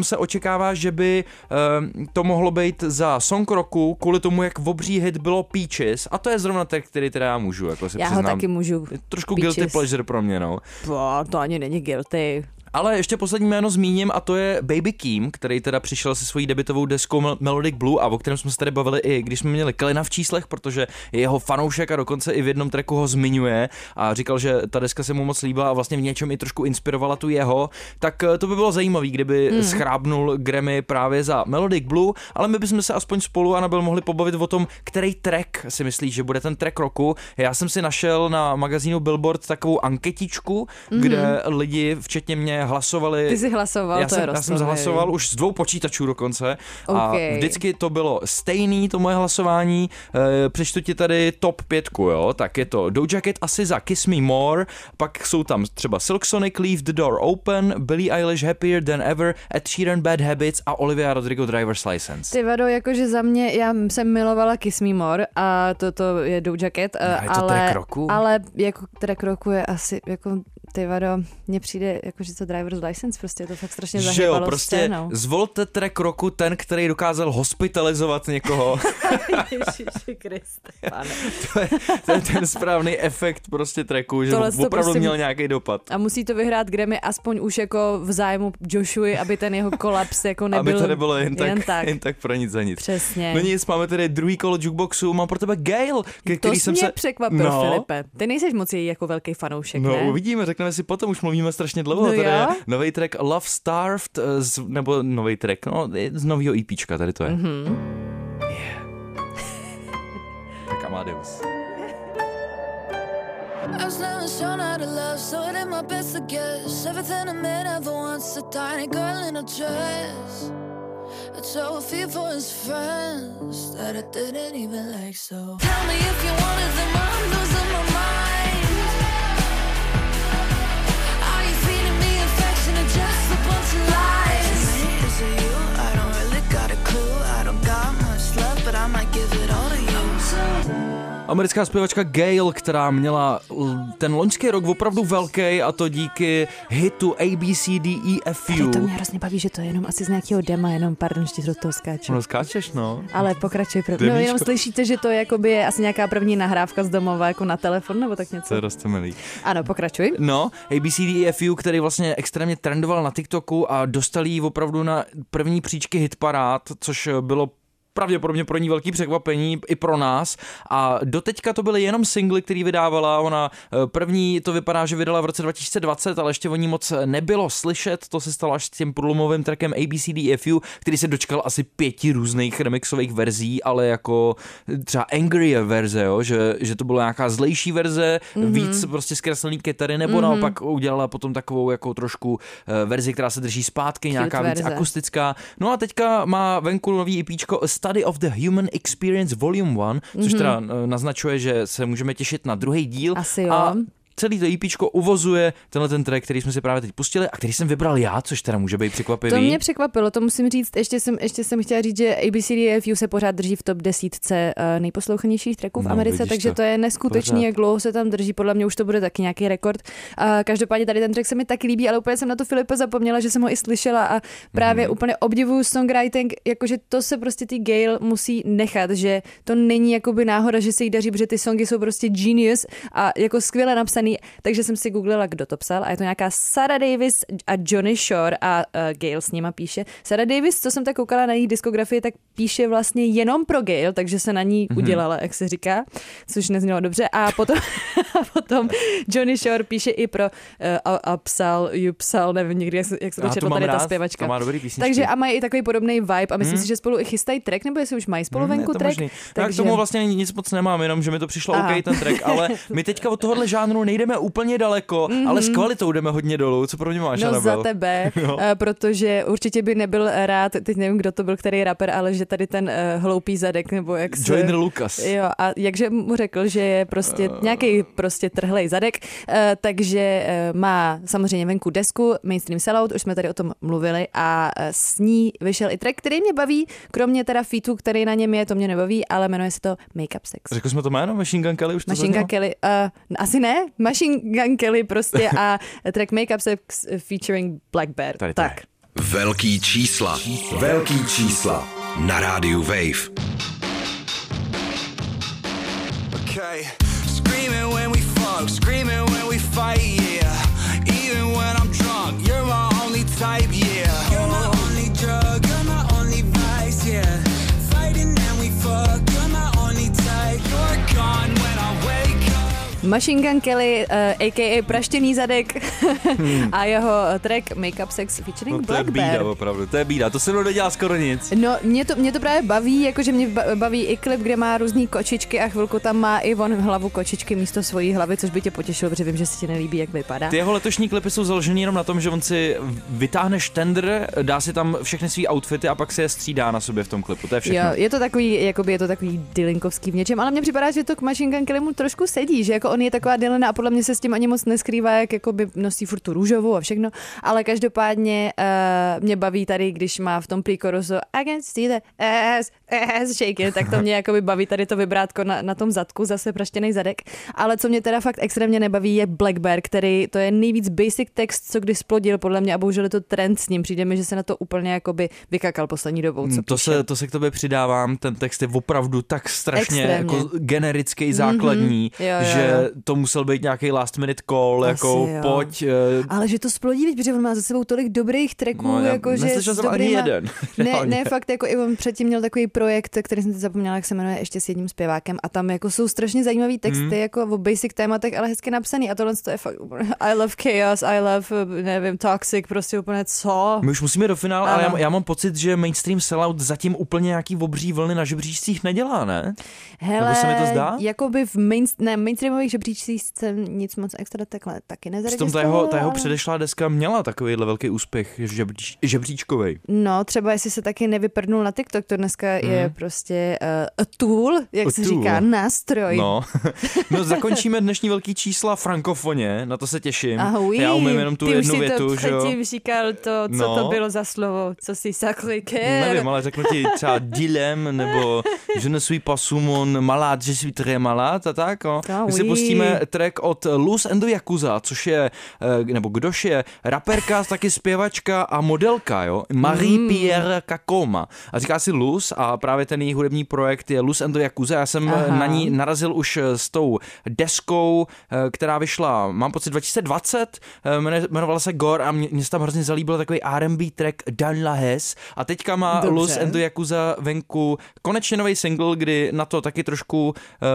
se očekává, že by uh, to mohlo být za song roku, kvůli tomu, jak obří hit bylo Peaches, a to je zrovna ten, který teda já můžu, jako si já přiznám. Já ho taky můžu. Trošku Peaches. guilty pleasure pro mě, no. Bo, to ani není guilty. Ale ještě poslední jméno zmíním a to je Baby Keem, který teda přišel se svojí debutovou deskou Melodic Blue a o kterém jsme se tady bavili i když jsme měli Kellyna v číslech, protože je jeho fanoušek a dokonce i v jednom tracku ho zmiňuje a říkal, že ta deska se mu moc líbila a vlastně v něčem i trošku inspirovala tu jeho, tak to by bylo zajímavý, kdyby hmm. schrábnul Grammy právě za Melodic Blue, ale my bychom se aspoň spolu, Anabel, mohli pobavit o tom, který track si myslíš, že bude ten track roku. Já jsem si našel na magazínu Billboard takovou anketičku, hmm. kde lidi, včetně mě, hlasovali. Ty jsi hlasoval, já to jsem, je Já jsem zahlasoval už z dvou počítačů dokonce okay. a vždycky to bylo stejný, to moje hlasování. E, přečtu ti tady top pětku, jo, tak je to Doja Cat asi za Kiss Me More, pak jsou tam třeba Silk Sonic, Leave the Door Open, Billie Eilish Happier Than Ever, Ed Sheeran Bad Habits a Olivia Rodrigo Driver's License. Ty vado, jakože za mě, já jsem milovala Kiss Me More a toto je Doja Cat, no, je to ale, track roku? ale jako track roku je asi jako ty vado, mně přijde jakože to Driver's License, prostě je to fakt strašně zahýbalo scénou. Že jo, prostě scénou. Zvolte track roku ten, který dokázal hospitalizovat někoho. Ježiši Kriste, pane. To je ten, ten správný efekt prostě tracku, že Tohle opravdu prostě měl nějaký dopad. A musí to vyhrát Grammy aspoň už jako v zájmu Joshua, aby ten jeho kolaps jako nebyl aby to nebylo jen tak, jen tak. jen tak pro nic za nic. Přesně. No nic, máme tady druhý kolo jukeboxu, mám pro tebe Gail, ke to který jsi jsem mě se... překvapil, no. Filipe. Ty nejseš moc její jako velký fanoušek, no, ne? No uvidíme, řekneme si potom, už mluvíme strašně dlouho. No tady jo? je nový track Love Starved, z, nebo nový track, no, z novýho EPčka, tady to je. Mm-hmm. Yeah. Tak Amadeus. I was never shown how to love, so I did my best to guess everything a man ever wants. A tiny girl in a dress, a trophy for his friends that I didn't even like. So tell me if you wanted them, I'm losing my mind. Are you feeding me affection or just a bunch of lies? Is it me, is it you? I don't really got a clue. I don't got much love, but I might give it all to you. Americká zpěvačka Gail, která měla ten loňský rok opravdu velký, a to díky hitu A B C D E F U. Tady to mě hrozně baví, že to je jenom asi z nějakého dema, jenom pardon, že do toho skáču. No skáčeš, no. Ale pokračuj. Prv... No jenom slyšíte, že to je jakoby asi nějaká první nahrávka z domova jako na telefon nebo tak něco. To je dost milý. Ano, pokračuj. No, A B C D E F U, který vlastně extrémně trendoval na TikToku a dostal jí opravdu na první příčky hitparád, což bylo pravděpodobně pro ní velký překvapení i pro nás, a doteďka to byly jenom singly, který vydávala. Ona první to vypadá, že vydala v roce dva tisíce dvacet, ale ještě o ní moc nebylo slyšet, to se stalo až s tím průlomovým trackem A B C D E F U, který se dočkal asi pěti různých remixových verzí, ale jako třeba angrier verze, jo? Že, že to byla nějaká zlejší verze, mm-hmm. víc prostě zkreslený kytary, nebo mm-hmm. naopak udělala potom takovou jako trošku verzi, která se drží zpátky, Cute nějaká verze. Víc akustická. No a teďka má venku nový EPčko Study of the Human Experience Volume one, což mm-hmm. teda naznačuje, že se můžeme těšit na druhý díl. Asi jo. A celý to EPčko uvozuje tenhle ten track, který jsme si právě teď pustili a který jsem vybral já, což teda může být překvapivý. To mě překvapilo, to musím říct. Ještě jsem, ještě jsem chtěla říct, že A B C D E F U se pořád drží v top desítce nejposlouchanějších tracků v no, Americe, takže to, to je neskutečný, pořád. Jak dlouho se tam drží. Podle mě už to bude taky nějaký rekord. A každopádně tady ten track se mi tak líbí, ale úplně jsem na to, Filipe, zapomněla, že jsem ho i slyšela a právě mm. úplně obdivuju songwriting, jakože to se prostě ty Gail musí nechat, že to není jakoby náhoda, že se jí daří, protože ty songy jsou prostě genius a jako skvěle napsaný, takže jsem si googlila, kdo to psal, a je to nějaká Sarah Davis a Johnny Shore a uh, Gail s nima píše. Sarah Davis, co jsem tak koukala na její diskografii, tak píše vlastně jenom pro Gail, takže se na ní mm-hmm. udělala, jak se říká, což neznělo dobře. A potom, a potom Johnny Shore píše i pro uh, a, a psal, you psal, nevím nikdy, jak, jak se to četlo tady rád, ta zpěvačka. To má dobrý písničky. Takže a mají i takový podobný vibe a myslím mm. si, že spolu i chystají track, nebo jestli už mají spolu venku mm, track. Takže... Já k tomu vlastně nic moc nemám, jenom že mi to přišlo Aha. OK ten track, ale my teďka od tohohle žánru nejdeme úplně daleko, mm-hmm. ale s kvalitou jdeme hodně dolů. Co pro mě máš, No Anabel? Za tebe, no. protože určitě by nebyl rád, teď nevím, kdo to byl, který rapper, ale že tady ten uh, hloupý zadek, nebo jak se... Joyner Lucas. Jo, a jakže mu řekl, že je prostě uh... nějaký prostě trhlej zadek, uh, takže uh, má samozřejmě venku desku Mainstream Sellout, už jsme tady o tom mluvili, a uh, s ní vyšel i track, který mě baví, kromě teda featu, který na něm je, to mě nebaví, ale jmenuje se to Make Up Sex. Řekl jsme to jméno? Machine Gun Kelly už to Machine Gun Kelly, uh, asi ne, Machine Gun Kelly prostě a track Make Up Sex featuring Black Bear. Tady tak. Velký čísla. Velký čísla. Na rádiu Wave. Okay. Screaming when we fuck, screaming when we fight, yeah. Even when I'm drunk, you're my only type, yeah. You're my only drug, you're my only vice, yeah. Fighting and we fuck, you're my only type. You're gone when I wake up. Machine Gun Kelly, uh, a k a. Praštěný zadek hmm. a jeho track Make Up Sex featuring no, to Black je Bear. bída, opravdu, to je bída, to se mnou nedělá skoro nic. No, mě to, mě to právě baví, jakože mě baví i klip, kde má různý kočičky a chvilku tam má i on hlavu kočičky místo svojí hlavy, což by tě potěšilo, protože vím, že si ti nelíbí, jak vypadá. Ty jeho letošní klipy jsou založený jenom na tom, že on si vytáhne štendr, dá si tam všechny svý outfity a pak se je střídá na sobě v tom klipu, to je všechno. Jo, je to takový, jakoby je to takový dylinkovský v něčem, ale mně připadá, že to k Machine Gun Kelly mu trošku sedí, že jako on je taková Dylana a podle mě se s tím ani moc neskrývá, jak jakoby nosí furt tu růžovou a všechno, ale každopádně uh, mě baví tady, když má v tom pre-chorusu I can see the ass, ass shaking, tak to mě jakoby baví tady to vibrátko na, na tom zadku, zase praštěnej zadek, ale co mě teda fakt extrémně nebaví je Black Bear, který to je nejvíc basic text, co kdy splodil podle mě a bohužel je to trend s ním, přijde mi, že se na to úplně jakoby vykakal poslední dobou, co to píše. se, to se k tobě přidávám, ten text je opravdu tak strašně extrémně. Jako generický, základní, mm-hmm. jo, jo, že jo. to musel být nějaký last minute call, Asi jako jo. pojď. Uh... Ale že to splodí, protože on má za sebou tolik dobrých tracků, No, jako že neslyšel jsem ani jeden. Ne, ne, fakt, jako i on předtím měl takový projekt, který jsem teď zapomněla, jak se jmenuje, ještě s jedním zpěvákem a tam jako jsou strašně zajímavý texty, mm. jako o basic tématech, ale hezky napsaný a tohle to je fakt I love chaos, I love, nevím, toxic, prostě úplně co. My už musíme do finále, ale já, já mám pocit, že mainstream sellout zatím úplně nějaký obří vlny na žebříčcích nedělá, ne? Hele, nebo se mi to zdá? Jakoby v main, ne, mainstreamových žebříčcích jsem nic moc extra takhle taky nezaregistrovala. Ta jeho, ta jeho předešlá deska měla takovýhle velký úspěch žebříč, žebříčkovej. No, třeba jestli se taky nevyprdnul na TikTok, to dneska mm. je prostě uh, a tool, jak a se tool. říká, nástroj. No. no, zakončíme dnešní velký čísla frankofoně, na to se těším. Ahoj, já umím jenom tu ty jednu už větu, to že jo. předtím říkal to, co no. to bylo za slovo, co si sakli kér. Nevím, ale řeknu ti třeba dilem, nebo je ne suis pas mon malade, je suis très malade a tak. No. My si pustíme track od Luz and the Yakuza, což je, nebo kdož je, raperka, taky zpěvačka a modelka, jo. Marie-Pierre Kakoma. A říká si Luz a právě ten její hudební projekt je Luz and the Yakuza. Já jsem Aha. na ní narazil už s tou deskou, která vyšla, mám pocit, dva tisíce dvacet, jmenovala se Gore a mě, mě se tam hrozně zalíbil takový R and B track Dan La Hes a teďka má Dobře. Luz and the Yakuza venku konečně nový single, kdy na to taky trošku uh,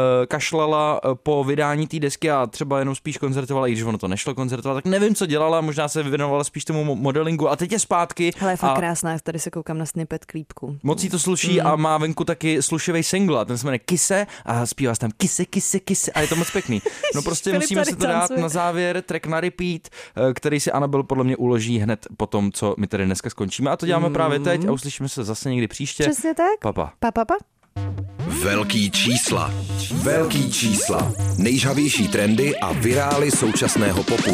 kašlala po vydání té desky a třeba jenom spíš koncertovala, i když ono to nešlo koncertovat, tak nevím, co dělala, možná se věnovala spíš tomu modelingu a teď je zpátky. Hele, je fakt a krásná, tady se koukám na snippet klípku. Moc jí to sluší mm. a má venku taky slušivý single, ten se jmenuje Kise a zpívá se tam Kise, Kise, Kise a je to moc pěkný. No prostě musíme si to dát na závěr, track na repeat, který si Anabel podle mě uloží hned po tom, co my tady dneska skončíme a to děláme mm. právě teď a uslyšíme se zase někdy příště. Přesně tak. Papa. Pa, pa, pa. Velký čísla. Velký čísla. Nejžhavější trendy a virály současného popu.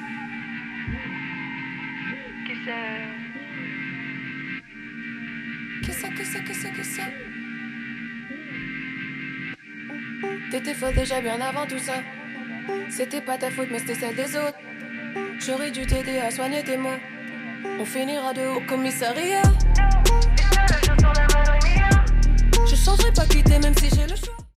T'étais folle déjà bien avant tout ça. C'était pas ta faute mais c'était celle des autres. J'aurais dû t'aider à soigner tes mots. On finira de haut au commissariat. Je changerai pas quitter même si j'ai le choix.